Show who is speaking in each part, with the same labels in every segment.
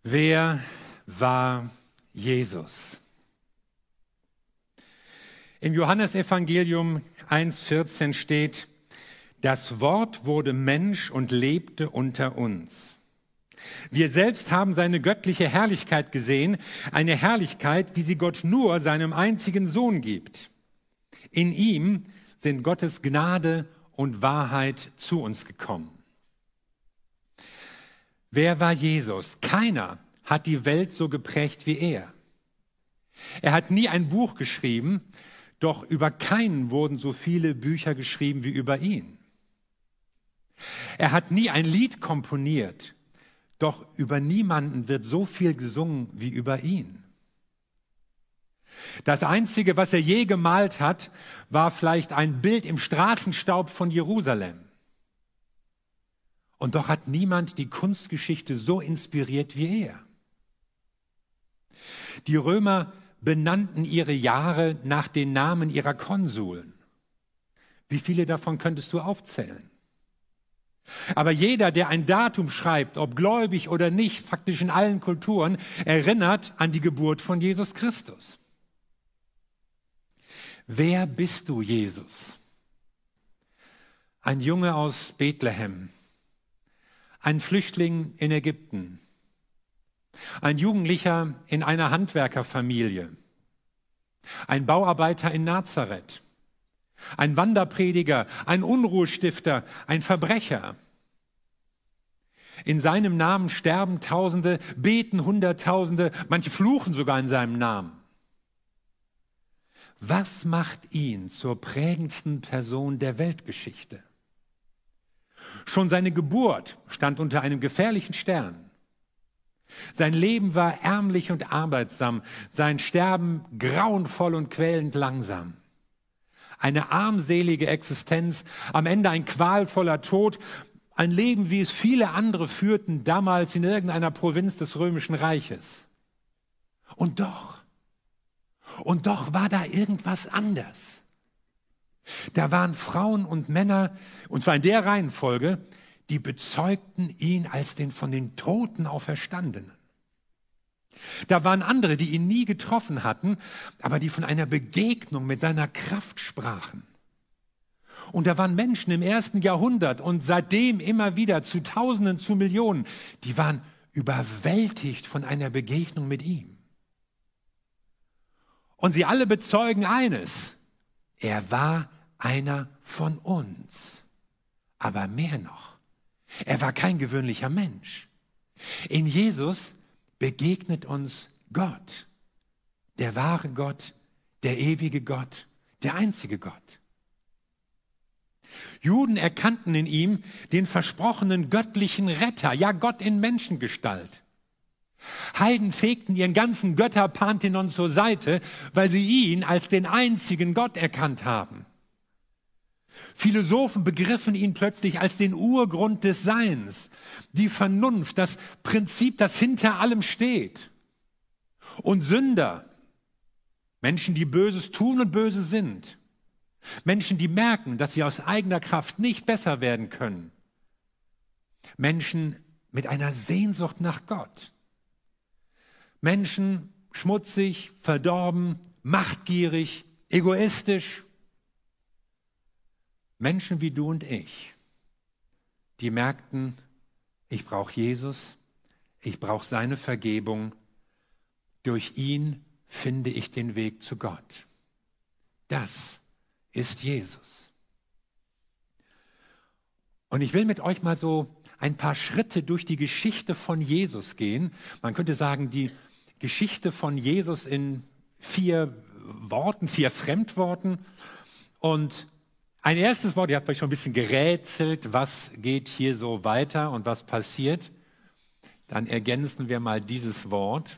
Speaker 1: Wer war Jesus? Im Johannesevangelium 1,14 steht: Das Wort wurde Mensch und lebte unter uns. Wir selbst haben seine göttliche Herrlichkeit gesehen, eine Herrlichkeit, wie sie Gott nur seinem einzigen Sohn gibt. In ihm sind Gottes Gnade und Wahrheit zu uns gekommen. Wer war Jesus? Keiner hat die Welt so geprägt wie er. Er hat nie ein Buch geschrieben, doch über keinen wurden so viele Bücher geschrieben wie über ihn. Er hat nie ein Lied komponiert, doch über niemanden wird so viel gesungen wie über ihn. Das Einzige, was er je gemalt hat, war vielleicht ein Bild im Straßenstaub von Jerusalem. Und doch hat niemand die Kunstgeschichte so inspiriert wie er. Die Römer benannten ihre Jahre nach den Namen ihrer Konsuln. Wie viele davon könntest du aufzählen? Aber jeder, der ein Datum schreibt, ob gläubig oder nicht, faktisch in allen Kulturen, erinnert an die Geburt von Jesus Christus. Wer bist du, Jesus? Ein Junge aus Bethlehem, ein Flüchtling in Ägypten, ein Jugendlicher in einer Handwerkerfamilie, ein Bauarbeiter in Nazareth, ein Wanderprediger, ein Unruhestifter, ein Verbrecher. In seinem Namen sterben Tausende, beten Hunderttausende, manche fluchen sogar in seinem Namen. Was macht ihn zur prägendsten Person der Weltgeschichte? Schon seine Geburt stand unter einem gefährlichen Stern. Sein Leben war ärmlich und arbeitsam, sein Sterben grauenvoll und quälend langsam. Eine armselige Existenz, am Ende ein qualvoller Tod, ein Leben, wie es viele andere führten, damals in irgendeiner Provinz des Römischen Reiches. Und doch war da irgendwas anders. Da waren Frauen und Männer, und zwar in der Reihenfolge, die bezeugten ihn als den von den Toten Auferstandenen. Da waren andere, die ihn nie getroffen hatten, aber die von einer Begegnung mit seiner Kraft sprachen. Und da waren Menschen im 1. Jahrhundert und seitdem immer wieder zu Tausenden, zu Millionen, die waren überwältigt von einer Begegnung mit ihm. Und sie alle bezeugen eines: Er war einer von uns. Aber mehr noch, er war kein gewöhnlicher Mensch. In Jesus begegnet uns Gott, der wahre Gott, der ewige Gott, der einzige Gott. Juden erkannten in ihm den versprochenen göttlichen Retter, ja Gott in Menschengestalt. Heiden fegten ihren ganzen Götterpantheon zur Seite, weil sie ihn als den einzigen Gott erkannt haben. Philosophen begriffen ihn plötzlich als den Urgrund des Seins, die Vernunft, das Prinzip, das hinter allem steht. Und Sünder, Menschen, die Böses tun und böse sind, Menschen, die merken, dass sie aus eigener Kraft nicht besser werden können, Menschen mit einer Sehnsucht nach Gott, Menschen schmutzig, verdorben, machtgierig, egoistisch, Menschen wie du und ich, die merkten, ich brauche Jesus, ich brauche seine Vergebung, durch ihn finde ich den Weg zu Gott. Das ist Jesus. Und ich will mit euch mal so ein paar Schritte durch die Geschichte von Jesus gehen. Man könnte sagen, die Geschichte von Jesus in 4 Worten, 4 Fremdworten. Und ein erstes Wort, ihr habt euch schon ein bisschen gerätselt, was geht hier so weiter und was passiert. Dann ergänzen wir mal dieses Wort.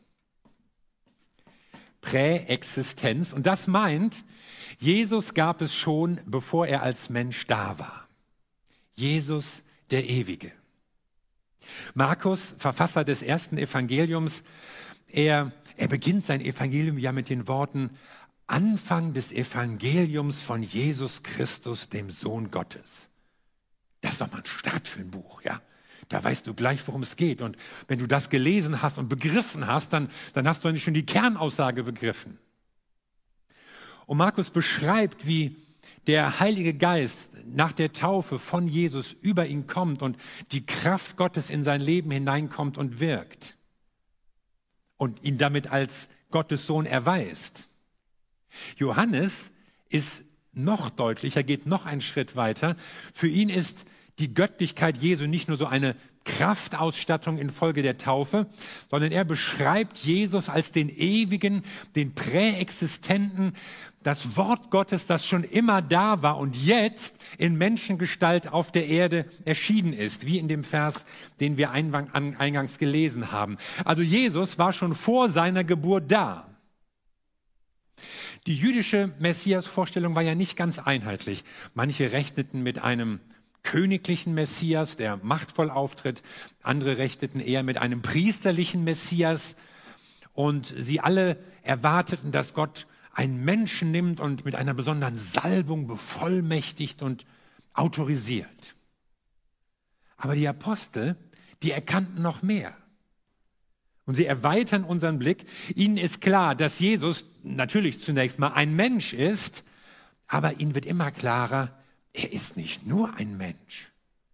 Speaker 1: Präexistenz. Und das meint, Jesus gab es schon, bevor er als Mensch da war. Jesus, der Ewige. Markus, Verfasser des 1. Evangeliums, er beginnt sein Evangelium ja mit den Worten: Anfang des Evangeliums von Jesus Christus, dem Sohn Gottes. Das ist doch mal ein Start für ein Buch, ja. da weißt du gleich, worum es geht. Und wenn du das gelesen hast und begriffen hast, dann hast du eigentlich schon die Kernaussage begriffen. Und Markus beschreibt, wie der Heilige Geist nach der Taufe von Jesus über ihn kommt und die Kraft Gottes in sein Leben hineinkommt und wirkt und ihn damit als Gottes Sohn erweist. Johannes ist noch deutlicher, geht noch einen Schritt weiter. Für ihn ist die Göttlichkeit Jesu nicht nur so eine Kraftausstattung infolge der Taufe, sondern er beschreibt Jesus als den Ewigen, den Präexistenten, das Wort Gottes, das schon immer da war und jetzt in Menschengestalt auf der Erde erschienen ist, wie in dem Vers, den wir eingangs gelesen haben. Also Jesus war schon vor seiner Geburt da. Die jüdische Messias-Vorstellung war ja nicht ganz einheitlich. Manche rechneten mit einem königlichen Messias, der machtvoll auftritt. Andere rechneten eher mit einem priesterlichen Messias. Und sie alle erwarteten, dass Gott einen Menschen nimmt und mit einer besonderen Salbung bevollmächtigt und autorisiert. Aber die Apostel, die erkannten noch mehr. Und sie erweitern unseren Blick. Ihnen ist klar, dass Jesus natürlich zunächst mal ein Mensch ist, aber ihnen wird immer klarer, er ist nicht nur ein Mensch.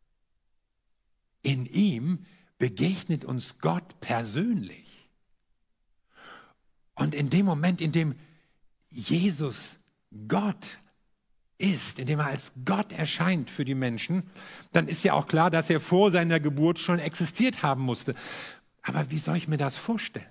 Speaker 1: In ihm begegnet uns Gott persönlich. Und in dem Moment, in dem Jesus Gott ist, in dem er als Gott erscheint für die Menschen, dann ist ja auch klar, dass er vor seiner Geburt schon existiert haben musste. Aber wie soll ich mir das vorstellen?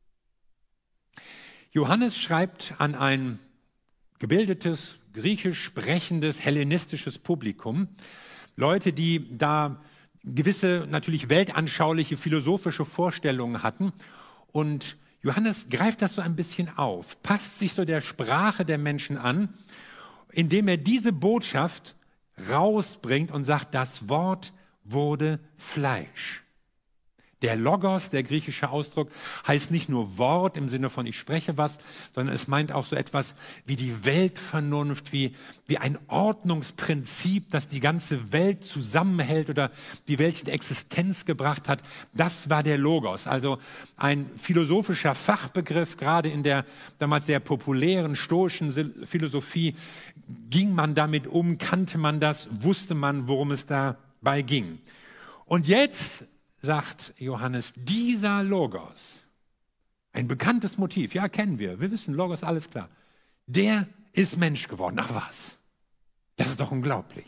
Speaker 1: Johannes schreibt an ein gebildetes, griechisch sprechendes, hellenistisches Publikum, Leute, die da gewisse, natürlich weltanschauliche, philosophische Vorstellungen hatten. Und Johannes greift das so ein bisschen auf, passt sich so der Sprache der Menschen an, indem er diese Botschaft rausbringt und sagt, das Wort wurde Fleisch. Der Logos, der griechische Ausdruck, heißt nicht nur Wort im Sinne von ich spreche was, sondern es meint auch so etwas wie die Weltvernunft, wie ein Ordnungsprinzip, das die ganze Welt zusammenhält oder die Welt in Existenz gebracht hat. Das war der Logos, also ein philosophischer Fachbegriff, gerade in der damals sehr populären stoischen Philosophie ging man damit um, kannte man das, wusste man, worum es dabei ging. Und jetzt sagt Johannes, dieser Logos, ein bekanntes Motiv, ja, kennen wir wissen, Logos, alles klar, der ist Mensch geworden. Ach was, das ist doch unglaublich.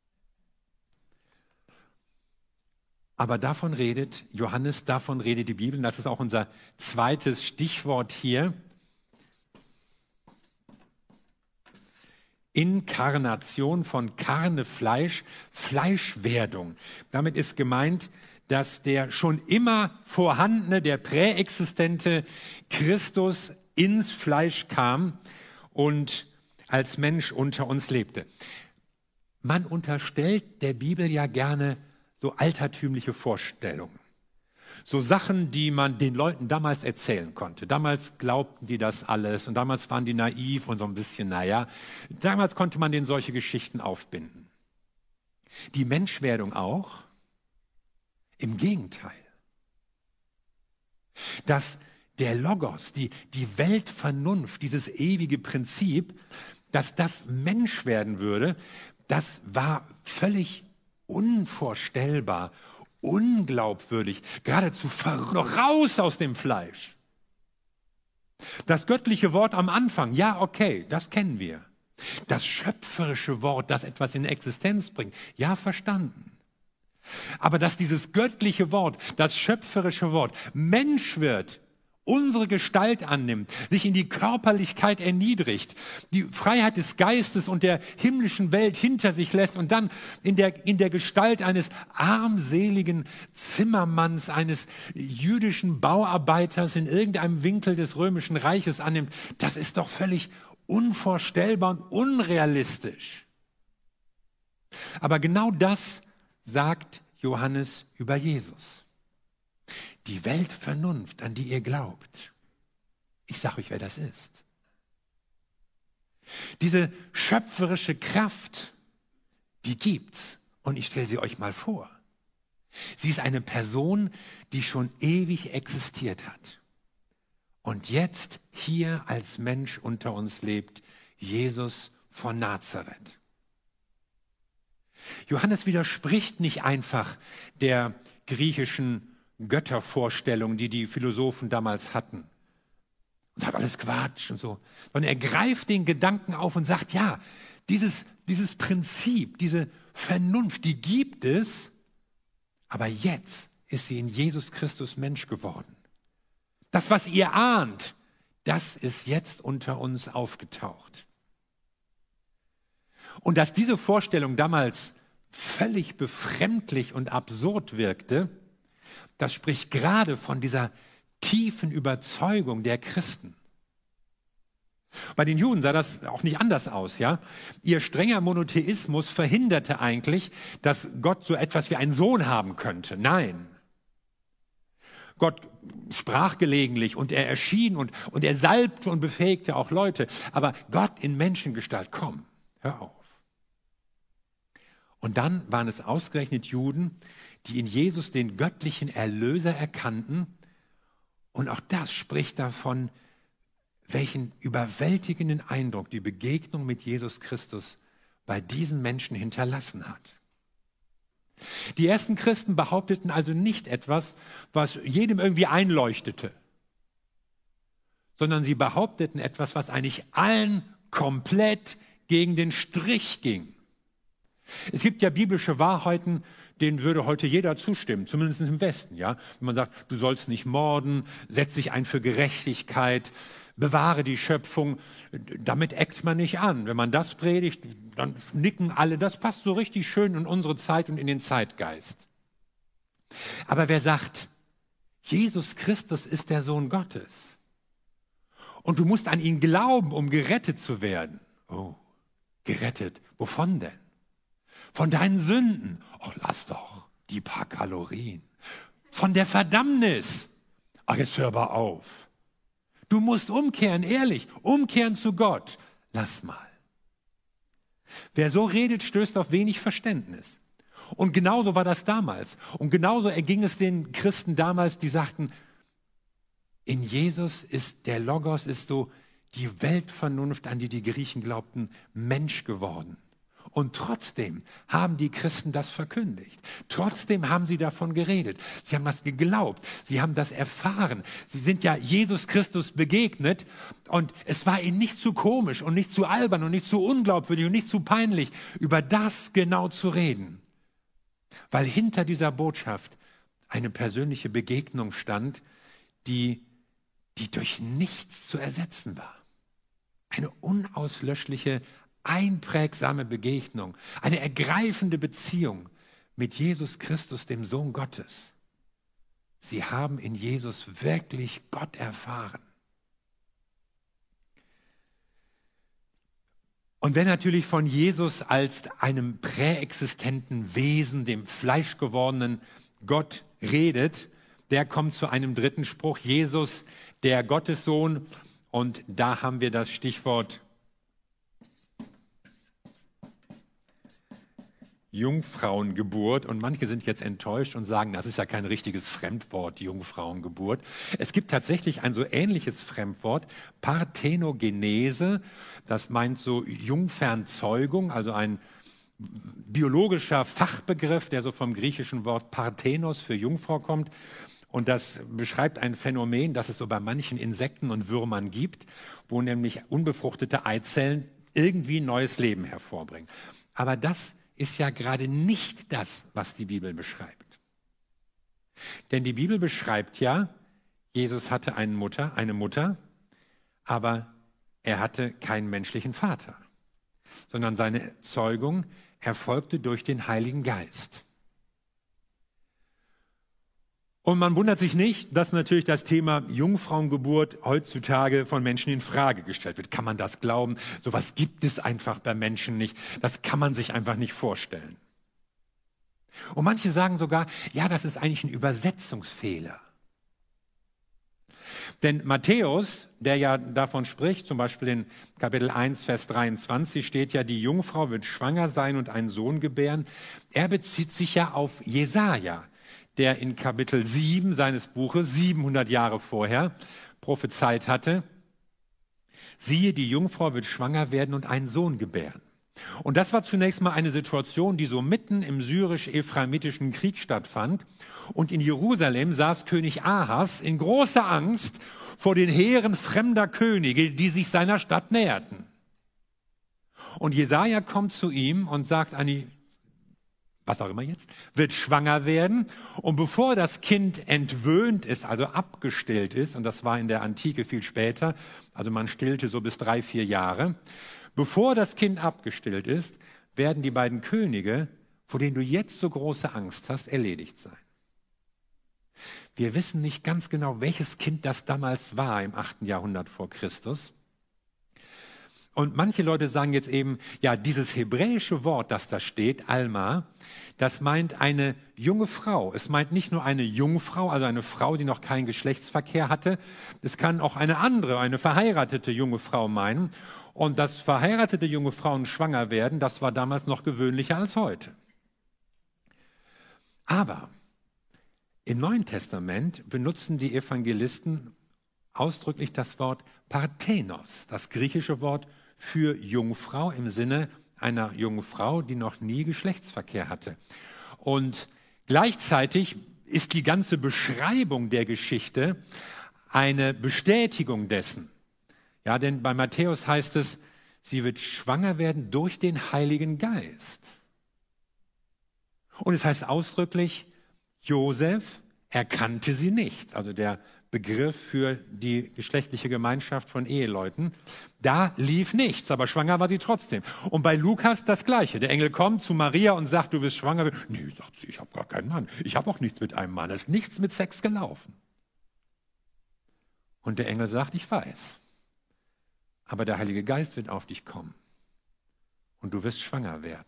Speaker 1: Aber davon redet Johannes, davon redet die Bibel, und das ist auch unser zweites Stichwort hier. Inkarnation von Karne, Fleisch, Fleischwerdung. Damit ist gemeint, dass der schon immer vorhandene, der präexistente Christus ins Fleisch kam und als Mensch unter uns lebte. Man unterstellt der Bibel ja gerne so altertümliche Vorstellungen. So Sachen, die man den Leuten damals erzählen konnte. Damals glaubten die das alles und damals waren die naiv und so ein bisschen, damals konnte man denen solche Geschichten aufbinden. Die Menschwerdung auch? Im Gegenteil. Dass der Logos, die Weltvernunft, dieses ewige Prinzip, dass das Mensch werden würde, das war völlig unvorstellbar, unglaubwürdig, geradezu raus aus dem Fleisch. Das göttliche Wort am Anfang, ja, okay, das kennen wir. Das schöpferische Wort, das etwas in Existenz bringt, ja, verstanden. Aber dass dieses göttliche Wort, das schöpferische Wort, Mensch wird, unsere Gestalt annimmt, sich in die Körperlichkeit erniedrigt, die Freiheit des Geistes und der himmlischen Welt hinter sich lässt und dann in der Gestalt eines armseligen Zimmermanns, eines jüdischen Bauarbeiters in irgendeinem Winkel des Römischen Reiches annimmt, das ist doch völlig unvorstellbar und unrealistisch. Aber genau das sagt Johannes über Jesus. Die Weltvernunft, an die ihr glaubt. Ich sage euch, wer das ist. Diese schöpferische Kraft, die gibt's. Und ich stelle sie euch mal vor. Sie ist eine Person, die schon ewig existiert hat und jetzt hier als Mensch unter uns lebt, Jesus von Nazareth. Johannes widerspricht nicht einfach der griechischen Göttervorstellung, die die Philosophen damals hatten. Und sagt alles Quatsch und so. Sondern er greift den Gedanken auf und sagt, ja, dieses Prinzip, diese Vernunft, die gibt es, aber jetzt ist sie in Jesus Christus Mensch geworden. Das, was ihr ahnt, das ist jetzt unter uns aufgetaucht. Und dass diese Vorstellung damals völlig befremdlich und absurd wirkte, das spricht gerade von dieser tiefen Überzeugung der Christen. Bei den Juden sah das auch nicht anders aus, ja? Ihr strenger Monotheismus verhinderte eigentlich, dass Gott so etwas wie einen Sohn haben könnte. Nein. Gott sprach gelegentlich und er erschien und er salbte und befähigte auch Leute. Aber Gott in Menschengestalt, komm, hör auf. Und dann waren es ausgerechnet Juden, die in Jesus den göttlichen Erlöser erkannten. Und auch das spricht davon, welchen überwältigenden Eindruck die Begegnung mit Jesus Christus bei diesen Menschen hinterlassen hat. Die ersten Christen behaupteten also nicht etwas, was jedem irgendwie einleuchtete, sondern sie behaupteten etwas, was eigentlich allen komplett gegen den Strich ging. Es gibt ja biblische Wahrheiten, denen würde heute jeder zustimmen, zumindest im Westen. Ja? Wenn man sagt, du sollst nicht morden, setz dich ein für Gerechtigkeit, bewahre die Schöpfung, damit eckt man nicht an. Wenn man das predigt, dann nicken alle, das passt so richtig schön in unsere Zeit und in den Zeitgeist. Aber wer sagt, Jesus Christus ist der Sohn Gottes und du musst an ihn glauben, um gerettet zu werden. Oh, gerettet, wovon denn? Von deinen Sünden. Ach, lass doch die paar Kalorien. Von der Verdammnis. Ach, jetzt hör mal auf. Du musst umkehren, ehrlich. Umkehren zu Gott. Lass mal. Wer so redet, stößt auf wenig Verständnis. Und genauso war das damals. Und genauso erging es den Christen damals, die sagten, in Jesus ist der Logos, ist so die Weltvernunft, an die die Griechen glaubten, Mensch geworden. Und trotzdem haben die Christen das verkündigt. Trotzdem haben sie davon geredet. Sie haben das geglaubt. Sie haben das erfahren. Sie sind ja Jesus Christus begegnet und es war ihnen nicht zu komisch und nicht zu albern und nicht zu unglaubwürdig und nicht zu peinlich, über das genau zu reden. Weil hinter dieser Botschaft eine persönliche Begegnung stand, die durch nichts zu ersetzen war. Eine unauslöschliche, einprägsame Begegnung, eine ergreifende Beziehung mit Jesus Christus, dem Sohn Gottes. Sie haben in Jesus wirklich Gott erfahren. Und wer natürlich von Jesus als einem präexistenten Wesen, dem fleischgewordenen Gott redet, der kommt zu einem dritten Spruch, Jesus, der Gottessohn. Und da haben wir das Stichwort Jungfrauengeburt. Und manche sind jetzt enttäuscht und sagen, das ist ja kein richtiges Fremdwort, Jungfrauengeburt. Es gibt tatsächlich ein so ähnliches Fremdwort, Parthenogenese. Das meint so Jungfernzeugung, also ein biologischer Fachbegriff, der so vom griechischen Wort Parthenos für Jungfrau kommt. Und das beschreibt ein Phänomen, das es so bei manchen Insekten und Würmern gibt, wo nämlich unbefruchtete Eizellen irgendwie neues Leben hervorbringen. Aber das ist ja gerade nicht das, was die Bibel beschreibt. Denn die Bibel beschreibt ja, Jesus hatte eine Mutter, aber er hatte keinen menschlichen Vater, sondern seine Zeugung erfolgte durch den Heiligen Geist. Und man wundert sich nicht, dass natürlich das Thema Jungfrauengeburt heutzutage von Menschen in Frage gestellt wird. Kann man das glauben? Sowas gibt es einfach bei Menschen nicht. Das kann man sich einfach nicht vorstellen. Und manche sagen sogar, ja, das ist eigentlich ein Übersetzungsfehler. Denn Matthäus, der ja davon spricht, zum Beispiel in Kapitel 1, Vers 23 steht ja, die Jungfrau wird schwanger sein und einen Sohn gebären. Er bezieht sich ja auf Jesaja, der in Kapitel 7 seines Buches, 700 Jahre vorher, prophezeit hatte: Siehe, die Jungfrau wird schwanger werden und einen Sohn gebären. Und das war zunächst mal eine Situation, die so mitten im syrisch-ephraimitischen Krieg stattfand. Und in Jerusalem saß König Ahas in großer Angst vor den Heeren fremder Könige, die sich seiner Stadt näherten. Und Jesaja kommt zu ihm und sagt, Anni, was auch immer jetzt, wird schwanger werden. Und bevor das Kind entwöhnt ist, also abgestillt ist, und das war in der Antike viel später, also man stillte so bis 3-4 Jahre, bevor das Kind abgestillt ist, werden die beiden Könige, vor denen du jetzt so große Angst hast, erledigt sein. Wir wissen nicht ganz genau, welches Kind das damals war im 8. Jahrhundert vor Christus. Und manche Leute sagen jetzt eben, ja, dieses hebräische Wort, das da steht, Alma, das meint eine junge Frau. Es meint nicht nur eine Jungfrau, also eine Frau, die noch keinen Geschlechtsverkehr hatte. Es kann auch eine andere, eine verheiratete junge Frau meinen. Und dass verheiratete junge Frauen schwanger werden, das war damals noch gewöhnlicher als heute. Aber im Neuen Testament benutzen die Evangelisten ausdrücklich das Wort Parthenos, das griechische Wort für Jungfrau im Sinne einer jungen Frau, die noch nie Geschlechtsverkehr hatte. Und gleichzeitig ist die ganze Beschreibung der Geschichte eine Bestätigung dessen. Ja, denn bei Matthäus heißt es, sie wird schwanger werden durch den Heiligen Geist. Und es heißt ausdrücklich, Josef erkannte sie nicht, also der Begriff für die geschlechtliche Gemeinschaft von Eheleuten. Da lief nichts, aber schwanger war sie trotzdem. Und bei Lukas das Gleiche. Der Engel kommt zu Maria und sagt, du bist schwanger. Nee, sagt sie, ich habe gar keinen Mann. Ich habe auch nichts mit einem Mann. Es ist nichts mit Sex gelaufen. Und der Engel sagt, ich weiß. Aber der Heilige Geist wird auf dich kommen. Und du wirst schwanger werden.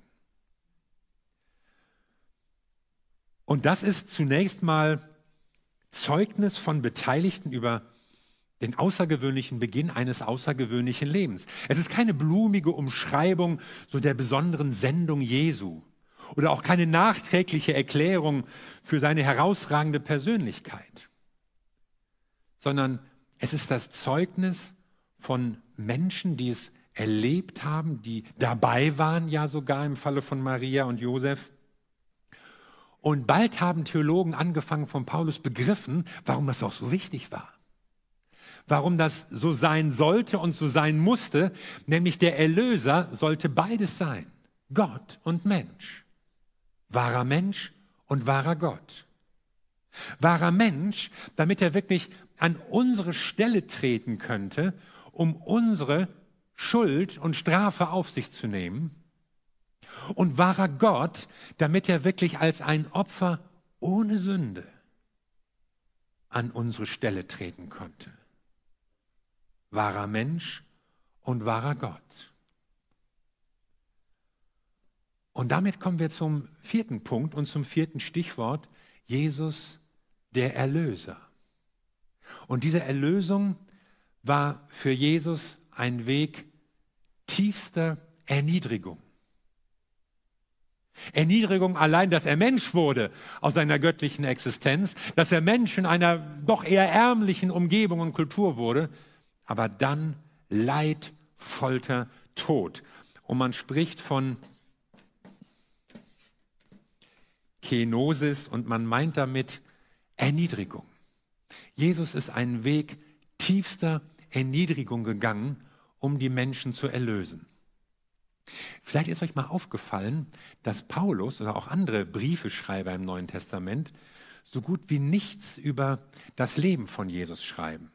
Speaker 1: Und das ist zunächst mal Zeugnis von Beteiligten über den außergewöhnlichen Beginn eines außergewöhnlichen Lebens. Es ist keine blumige Umschreibung so der besonderen Sendung Jesu oder auch keine nachträgliche Erklärung für seine herausragende Persönlichkeit, sondern es ist das Zeugnis von Menschen, die es erlebt haben, die dabei waren, ja sogar im Falle von Maria und Josef. Und bald haben Theologen angefangen von Paulus begriffen, warum das auch so wichtig war. Warum das so sein sollte und so sein musste, nämlich der Erlöser sollte beides sein. Gott und Mensch. Wahrer Mensch und wahrer Gott. Wahrer Mensch, damit er wirklich an unsere Stelle treten könnte, um unsere Schuld und Strafe auf sich zu nehmen. Und wahrer Gott, damit er wirklich als ein Opfer ohne Sünde an unsere Stelle treten konnte. Wahrer Mensch und wahrer Gott. Und damit kommen wir zum 4. Punkt und zum 4. Stichwort, Jesus, der Erlöser. Und diese Erlösung war für Jesus ein Weg tiefster Erniedrigung. Erniedrigung allein, dass er Mensch wurde aus seiner göttlichen Existenz, dass er Mensch in einer doch eher ärmlichen Umgebung und Kultur wurde, aber dann Leid, Folter, Tod. Und man spricht von Kenosis und man meint damit Erniedrigung. Jesus ist einen Weg tiefster Erniedrigung gegangen, um die Menschen zu erlösen. Vielleicht ist euch mal aufgefallen, dass Paulus oder auch andere Briefeschreiber im Neuen Testament so gut wie nichts über das Leben von Jesus schreiben.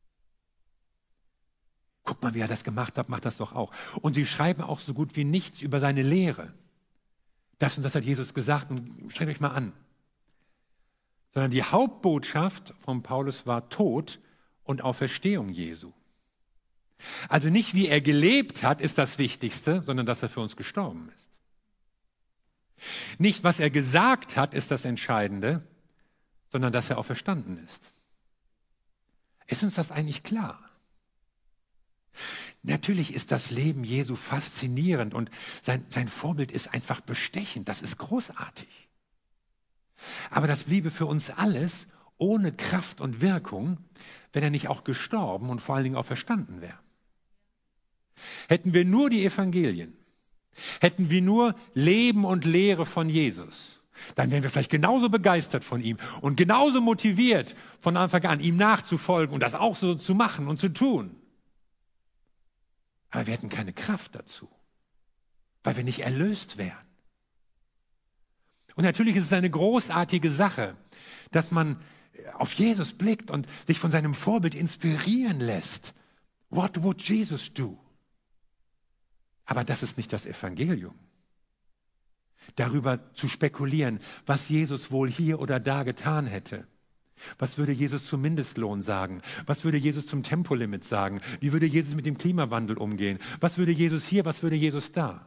Speaker 1: Guck mal, wie er das gemacht hat, macht das doch auch. Und sie schreiben auch so gut wie nichts über seine Lehre. Das und das hat Jesus gesagt und strengt euch mal an. Sondern die Hauptbotschaft von Paulus war Tod und Auferstehung Jesu. Also nicht, wie er gelebt hat, ist das Wichtigste, sondern dass er für uns gestorben ist. Nicht, was er gesagt hat, ist das Entscheidende, sondern dass er auferstanden ist. Ist uns das eigentlich klar? Natürlich ist das Leben Jesu faszinierend und sein Vorbild ist einfach bestechend. Das ist großartig. Aber das bliebe für uns alles ohne Kraft und Wirkung, wenn er nicht auch gestorben und vor allen Dingen auch verstanden wäre. Hätten wir nur die Evangelien, hätten wir nur Leben und Lehre von Jesus, dann wären wir vielleicht genauso begeistert von ihm und genauso motiviert von Anfang an, ihm nachzufolgen und das auch so zu machen und zu tun. Aber wir hätten keine Kraft dazu, weil wir nicht erlöst wären. Und natürlich ist es eine großartige Sache, dass man auf Jesus blickt und sich von seinem Vorbild inspirieren lässt. What would Jesus do? Aber das ist nicht das Evangelium. Darüber zu spekulieren, was Jesus wohl hier oder da getan hätte. Was würde Jesus zum Mindestlohn sagen? Was würde Jesus zum Tempolimit sagen? Wie würde Jesus mit dem Klimawandel umgehen? Was würde Jesus hier, was würde Jesus da?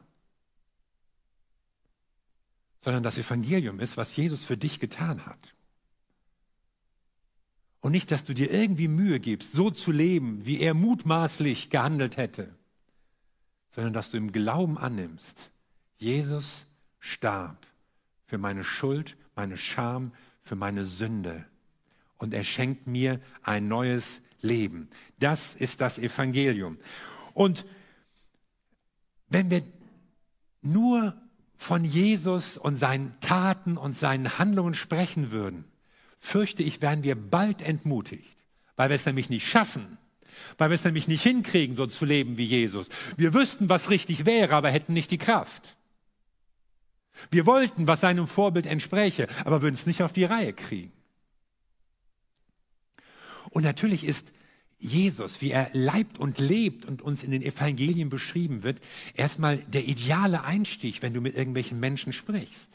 Speaker 1: Sondern das Evangelium ist, was Jesus für dich getan hat. Und nicht, dass du dir irgendwie Mühe gibst, so zu leben, wie er mutmaßlich gehandelt hätte, sondern dass du im Glauben annimmst, Jesus starb für meine Schuld, meine Scham, für meine Sünde. Und er schenkt mir ein neues Leben. Das ist das Evangelium. Und wenn wir nur von Jesus und seinen Taten und seinen Handlungen sprechen würden, fürchte ich, werden wir bald entmutigt, weil wir es nämlich nicht schaffen, weil wir es nämlich nicht hinkriegen, so zu leben wie Jesus. Wir wüssten, was richtig wäre, aber hätten nicht die Kraft. Wir wollten, was seinem Vorbild entspräche, aber würden es nicht auf die Reihe kriegen. Und natürlich ist Jesus, wie er leibt und lebt und uns in den Evangelien beschrieben wird, erstmal der ideale Einstieg, wenn du mit irgendwelchen Menschen sprichst.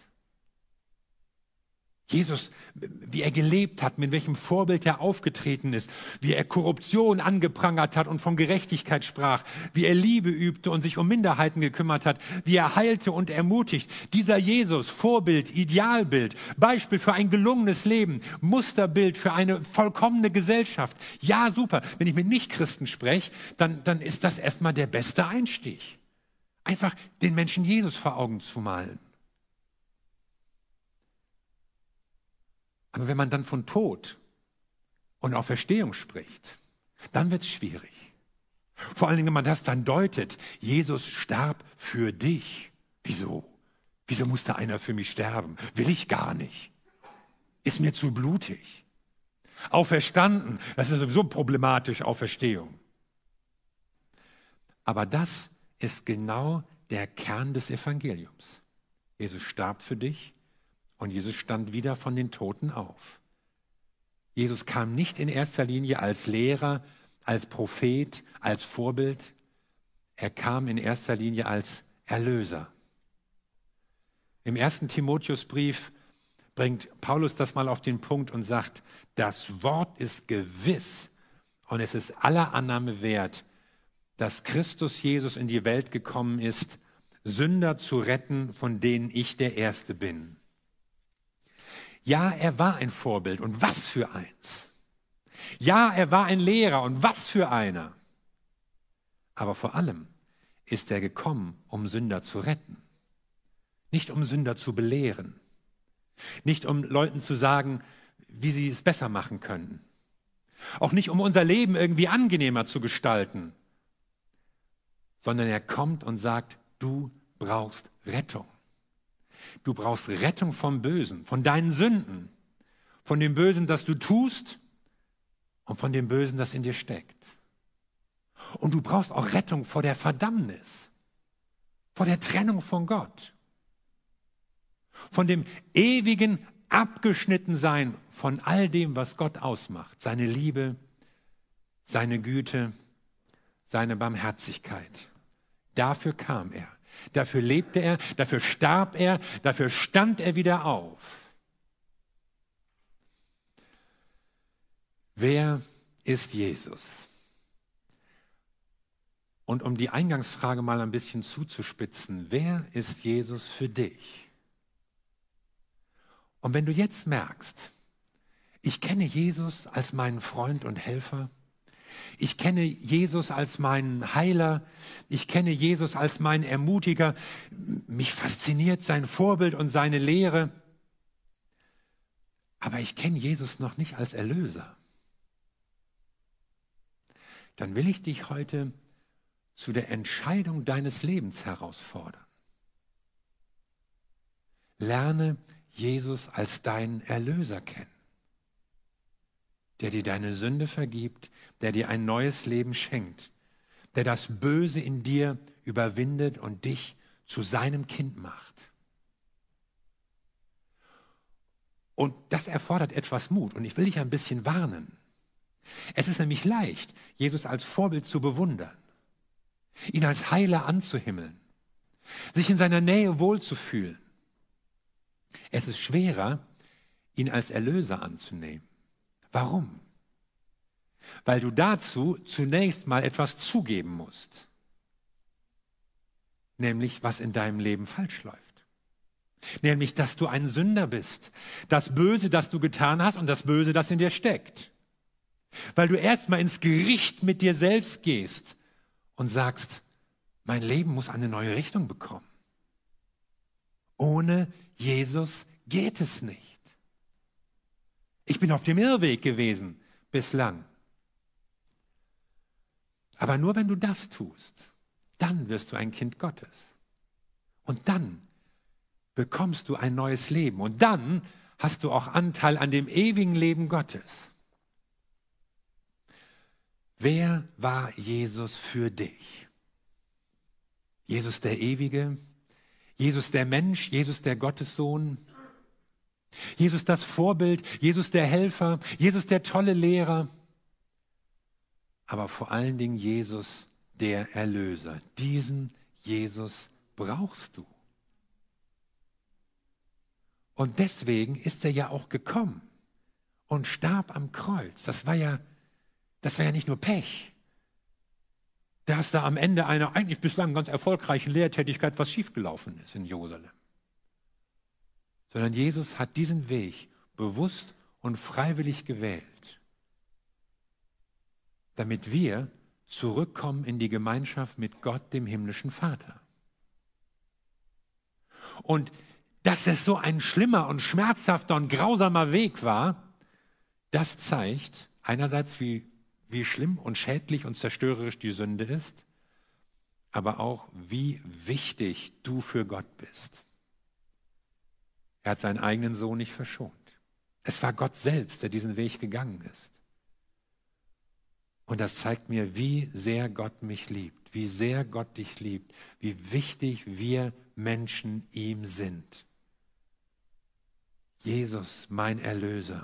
Speaker 1: Jesus, wie er gelebt hat, mit welchem Vorbild er aufgetreten ist, wie er Korruption angeprangert hat und von Gerechtigkeit sprach, wie er Liebe übte und sich um Minderheiten gekümmert hat, wie er heilte und ermutigt. Dieser Jesus, Vorbild, Idealbild, Beispiel für ein gelungenes Leben, Musterbild für eine vollkommene Gesellschaft. Ja, super. Wenn ich mit Nichtchristen spreche, dann ist das erstmal der beste Einstieg. Einfach den Menschen Jesus vor Augen zu malen. Aber wenn man dann von Tod und Auferstehung spricht, dann wird es schwierig. Vor allen Dingen, wenn man das dann deutet, Jesus starb für dich. Wieso? Wieso musste einer für mich sterben? Will ich gar nicht. Ist mir zu blutig. Auferstanden, das ist sowieso problematisch, Auferstehung. Aber das ist genau der Kern des Evangeliums. Jesus starb für dich. Und Jesus stand wieder von den Toten auf. Jesus kam nicht in erster Linie als Lehrer, als Prophet, als Vorbild. Er kam in erster Linie als Erlöser. Im 1. Timotheusbrief bringt Paulus das mal auf den Punkt und sagt, das Wort ist gewiss und es ist aller Annahme wert, dass Christus Jesus in die Welt gekommen ist, Sünder zu retten, von denen ich der Erste bin. Ja, er war ein Vorbild und was für eins. Ja, er war ein Lehrer und was für einer. Aber vor allem ist er gekommen, um Sünder zu retten. Nicht um Sünder zu belehren. Nicht um Leuten zu sagen, wie sie es besser machen können. Auch nicht um unser Leben irgendwie angenehmer zu gestalten. Sondern er kommt und sagt, du brauchst Rettung. Du brauchst Rettung vom Bösen, von deinen Sünden, von dem Bösen, das du tust und von dem Bösen, das in dir steckt. Und du brauchst auch Rettung vor der Verdammnis, vor der Trennung von Gott, von dem ewigen Abgeschnittensein von all dem, was Gott ausmacht, seine Liebe, seine Güte, seine Barmherzigkeit. Dafür kam er. Dafür lebte er, dafür starb er, dafür stand er wieder auf. Wer ist Jesus? Und um die Eingangsfrage mal ein bisschen zuzuspitzen, wer ist Jesus für dich? Und wenn du jetzt merkst, ich kenne Jesus als meinen Freund und Helfer, ich kenne Jesus als meinen Heiler. Ich kenne Jesus als meinen Ermutiger. Mich fasziniert sein Vorbild und seine Lehre. aber ich kenne Jesus noch nicht als Erlöser. Dann will ich dich heute zu der Entscheidung deines Lebens herausfordern. Lerne Jesus als deinen Erlöser kennen, der dir deine Sünde vergibt, der dir ein neues Leben schenkt, der das Böse in dir überwindet und dich zu seinem Kind macht. Und das erfordert etwas Mut. Und ich will dich ein bisschen warnen. Es ist nämlich leicht, Jesus als Vorbild zu bewundern, ihn als Heiler anzuhimmeln, sich in seiner Nähe wohlzufühlen. Es ist schwerer, ihn als Erlöser anzunehmen. Warum? Weil du dazu zunächst mal etwas zugeben musst, nämlich was in deinem Leben falsch läuft. Nämlich, dass du ein Sünder bist, das Böse, das du getan hast und das Böse, das in dir steckt. Weil du erstmal ins Gericht mit dir selbst gehst und sagst, mein Leben muss eine neue Richtung bekommen. Ohne Jesus geht es nicht. Ich bin auf dem Irrweg gewesen bislang. Aber nur wenn du das tust, dann wirst du ein Kind Gottes. Und dann bekommst du ein neues Leben. Und dann hast du auch Anteil an dem ewigen Leben Gottes. Wer war Jesus für dich? Jesus der Ewige, Jesus der Mensch, Jesus der Gottessohn, Jesus das Vorbild, Jesus der Helfer, Jesus der tolle Lehrer, aber vor allen Dingen Jesus der Erlöser. Diesen Jesus brauchst du. Und deswegen ist er ja auch gekommen und starb am Kreuz. Das war ja nicht nur Pech, dass da am Ende einer eigentlich bislang ganz erfolgreichen Lehrtätigkeit was schiefgelaufen ist in Jerusalem. Sondern Jesus hat diesen Weg bewusst und freiwillig gewählt, damit wir zurückkommen in die Gemeinschaft mit Gott, dem himmlischen Vater. Und dass es so ein schlimmer und schmerzhafter und grausamer Weg war, das zeigt einerseits, wie schlimm und schädlich und zerstörerisch die Sünde ist, aber auch, wie wichtig du für Gott bist. Er hat seinen eigenen Sohn nicht verschont. Es war Gott selbst, der diesen Weg gegangen ist. Und das zeigt mir, wie sehr Gott mich liebt, wie sehr Gott dich liebt, wie wichtig wir Menschen ihm sind. Jesus, mein Erlöser.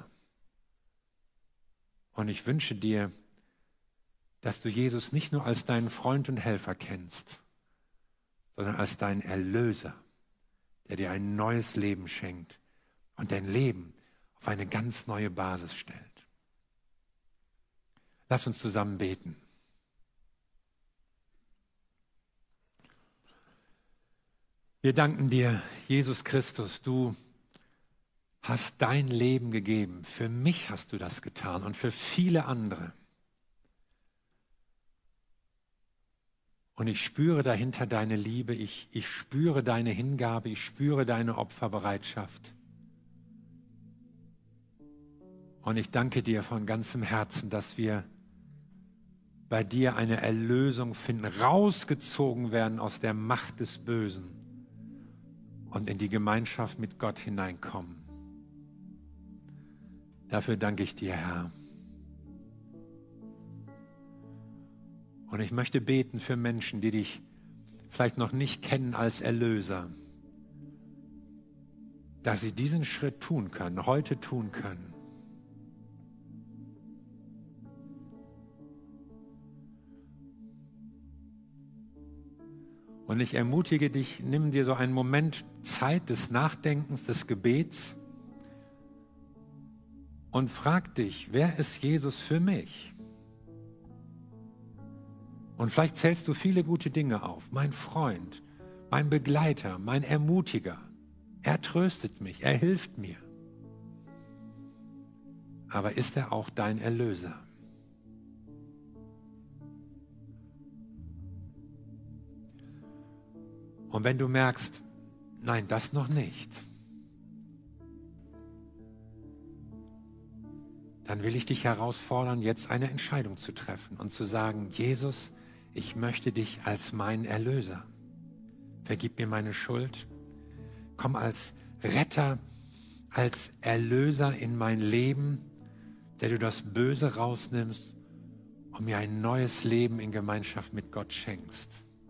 Speaker 1: Und ich wünsche dir, dass du Jesus nicht nur als deinen Freund und Helfer kennst, sondern als deinen Erlöser, der dir ein neues Leben schenkt und dein Leben auf eine ganz neue Basis stellt. Lass uns zusammen beten. Wir danken dir, Jesus Christus, du hast dein Leben gegeben. Für mich hast du das getan und für viele andere. Und ich spüre dahinter deine Liebe, ich spüre deine Hingabe, ich spüre deine Opferbereitschaft. Und ich danke dir von ganzem Herzen, dass wir bei dir eine Erlösung finden, rausgezogen werden aus der Macht des Bösen und in die Gemeinschaft mit Gott hineinkommen. Dafür danke ich dir, Herr. Und ich möchte beten für Menschen, die dich vielleicht noch nicht kennen als Erlöser, dass sie diesen Schritt tun können, heute tun können. Und ich ermutige dich, nimm dir so einen Moment Zeit des Nachdenkens, des Gebets und frag dich, wer ist Jesus für mich? Und vielleicht zählst du viele gute Dinge auf. Mein Freund, mein Begleiter, mein Ermutiger. Er tröstet mich, er hilft mir. Aber ist er auch dein Erlöser? Und wenn du merkst, nein, das noch nicht, dann will ich dich herausfordern, jetzt eine Entscheidung zu treffen und zu sagen, Jesus, ich möchte dich als meinen Erlöser. Vergib mir meine Schuld. Komm als Retter, als Erlöser in mein Leben, der du das Böse rausnimmst und mir ein neues Leben in Gemeinschaft mit Gott schenkst.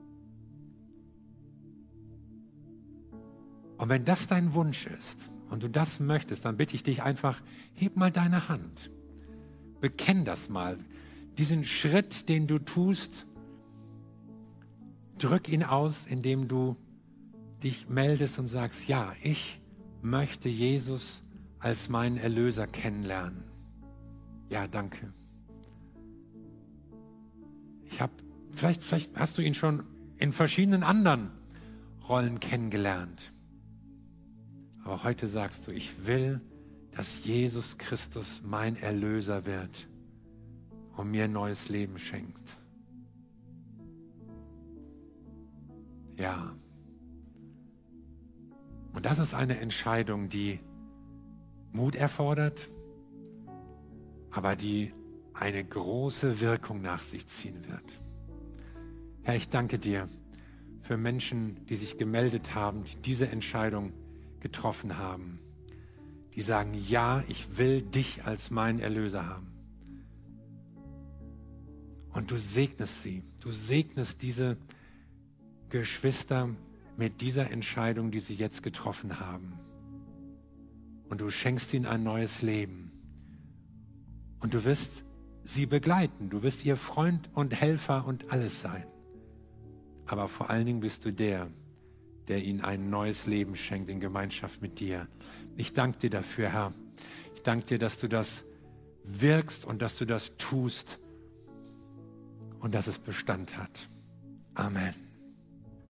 Speaker 1: Und wenn das dein Wunsch ist und du das möchtest, dann bitte ich dich einfach, heb mal deine Hand. Bekenn das mal. Diesen Schritt, den du tust, drück ihn aus, indem du dich meldest und sagst, ja, ich möchte Jesus als meinen Erlöser kennenlernen. Ja, danke. Vielleicht hast du ihn schon in verschiedenen anderen Rollen kennengelernt. Aber heute sagst du, ich will, dass Jesus Christus mein Erlöser wird und mir ein neues Leben schenkt. Ja. Und das ist eine Entscheidung, die Mut erfordert, aber die eine große Wirkung nach sich ziehen wird. Herr, ich danke dir für Menschen, die sich gemeldet haben, die diese Entscheidung getroffen haben, die sagen, ja, ich will dich als meinen Erlöser haben. Und du segnest sie, du segnest diese Geschwister mit dieser Entscheidung, die sie jetzt getroffen haben. Und du schenkst ihnen ein neues Leben. Und du wirst sie begleiten, du wirst ihr Freund und Helfer und alles sein. Aber vor allen Dingen bist du der ihnen ein neues Leben schenkt in Gemeinschaft mit dir. Ich danke dir dafür, Herr. Ich danke dir, dass du das wirkst und dass du das tust und dass es Bestand hat. Amen.